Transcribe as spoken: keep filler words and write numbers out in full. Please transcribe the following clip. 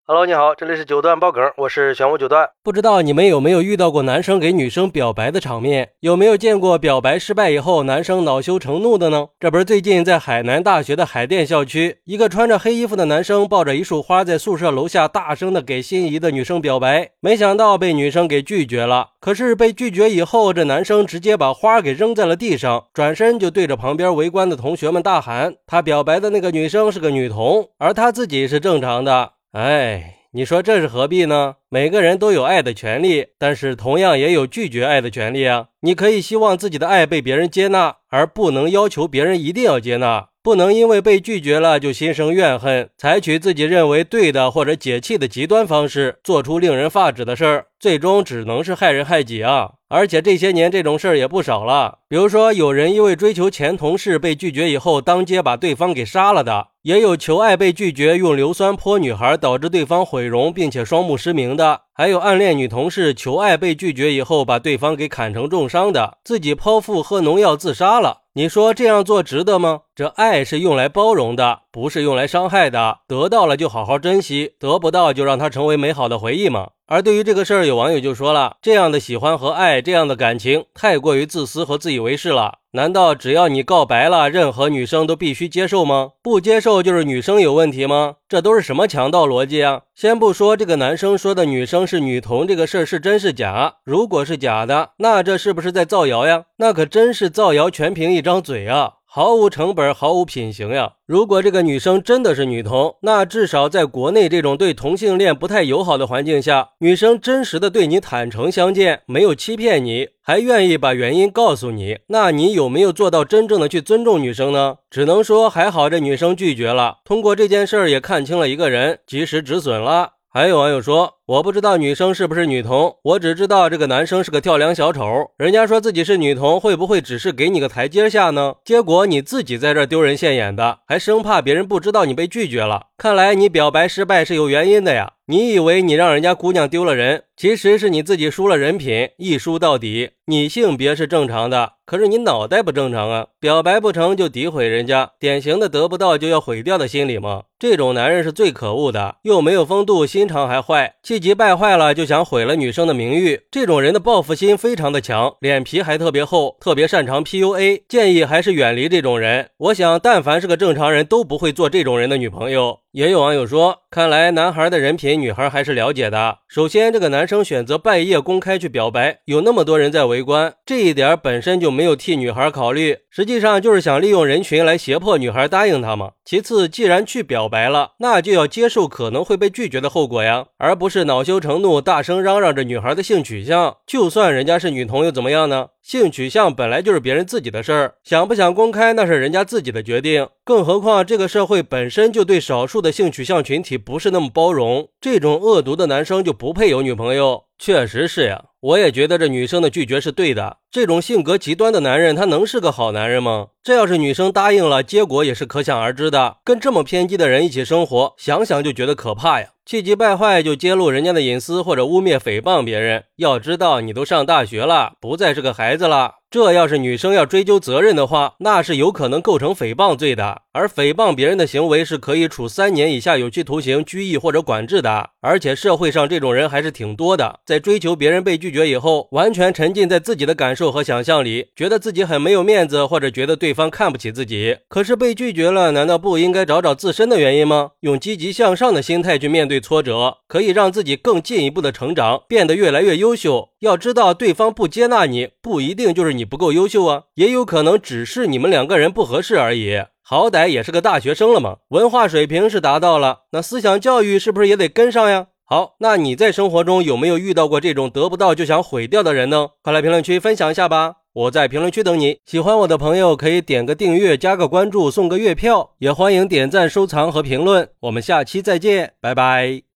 Hello， 你好，这里是九段爆梗，我是玄武九段。不知道你们有没有遇到过男生给女生表白的场面？有没有见过表白失败以后男生恼羞成怒的呢？这不是最近在海南大学的海淀校区，一个穿着黑衣服的男生抱着一束花在宿舍楼下大声的给心仪的女生表白，没想到被女生给拒绝了。可是被拒绝以后，这男生直接把花给扔在了地上，转身就对着旁边围观的同学们大喊，他表白的那个女生是个女童，而他自己是正常的。哎，你说这是何必呢？每个人都有爱的权利，但是同样也有拒绝爱的权利啊。你可以希望自己的爱被别人接纳，而不能要求别人一定要接纳。不能因为被拒绝了就心生怨恨，采取自己认为对的或者解气的极端方式，做出令人发指的事儿，最终只能是害人害己啊。而且这些年这种事儿也不少了，比如说有人因为追求前同事被拒绝以后当街把对方给杀了的，也有求爱被拒绝用硫酸泼女孩导致对方毁容并且双目失明的，还有暗恋女同事求爱被拒绝以后把对方给砍成重伤的，自己剖腹喝农药自杀了。你说这样做值得吗？这爱是用来包容的，不是用来伤害的，得到了就好好珍惜，得不到就让它成为美好的回忆嘛。而对于这个事儿，有网友就说了，这样的喜欢和爱，这样的感情太过于自私和自以为是了。难道只要你告白了，任何女生都必须接受吗？不接受就是女生有问题吗？这都是什么强盗逻辑啊？先不说这个男生说的女生是女童这个事儿是真是假，如果是假的，那这是不是在造谣呀？那可真是造谣全凭一张嘴啊，毫无成本，毫无品行呀！如果这个女生真的是女童，那至少在国内这种对同性恋不太友好的环境下，女生真实的对你坦诚相见，没有欺骗你，还愿意把原因告诉你，那你有没有做到真正的去尊重女生呢？只能说还好这女生拒绝了，通过这件事儿也看清了一个人，及时止损了。还有网友说，我不知道女生是不是女童，我只知道这个男生是个跳梁小丑，人家说自己是女童，会不会只是给你个台阶下呢？结果你自己在这丢人现眼的，还生怕别人不知道你被拒绝了。看来你表白失败是有原因的呀，你以为你让人家姑娘丢了人，其实是你自己输了人品，一输到底。你性别是正常的，可是你脑袋不正常啊，表白不成就诋毁人家，典型的得不到就要毁掉的心理嘛。这种男人是最可恶的，又没有风度，心肠还坏，气急败坏了就想毁了女生的名誉。这种人的报复心非常的强，脸皮还特别厚，特别擅长 P U A， 建议还是远离这种人。我想但凡是个正常人都不会做这种人的女朋友。也有网友说，看来男孩的人品女孩还是了解的。首先这个男生选择半夜公开去表白，有那么多人在围观，这一点本身就没有替女孩考虑，实际上就是想利用人群来胁迫女孩答应他嘛。其次，既然去表白了，那就要接受可能会被拒绝的后果呀，而不是恼羞成怒大声嚷嚷着女孩的性取向。就算人家是女童又怎么样呢？性取向本来就是别人自己的事儿，想不想公开那是人家自己的决定。更何况这个社会本身就对少数的性取向群体不是那么包容，这种恶毒的男生就不配有女朋友。确实是呀，我也觉得这女生的拒绝是对的。这种性格极端的男人，他能是个好男人吗？这要是女生答应了，结果也是可想而知的。跟这么偏激的人一起生活，想想就觉得可怕呀。气急败坏就揭露人家的隐私或者污蔑诽谤别人，要知道你都上大学了，不再是个孩子了。这要是女生要追究责任的话，那是有可能构成诽谤罪的，而诽谤别人的行为是可以处三年以下有期徒刑、拘役或者管制的。而且社会上这种人还是挺多的，在追求别人被拒绝以后，完全沉浸在自己的感受和想象里，觉得自己很没有面子，或者觉得对方看不起自己。可是被拒绝了，难道不应该找找自身的原因吗？用积极向上的心态去面对挫折，可以让自己更进一步的成长，变得越来越优秀。要知道对方不接纳你，不一定就是你不够优秀啊，也有可能只是你们两个人不合适而已。好歹也是个大学生了嘛，文化水平是达到了，那思想教育是不是也得跟上呀？好，那你在生活中有没有遇到过这种得不到就想毁掉的人呢？快来评论区分享一下吧，我在评论区等你。喜欢我的朋友可以点个订阅，加个关注，送个月票，也欢迎点赞、收藏和评论。我们下期再见，拜拜。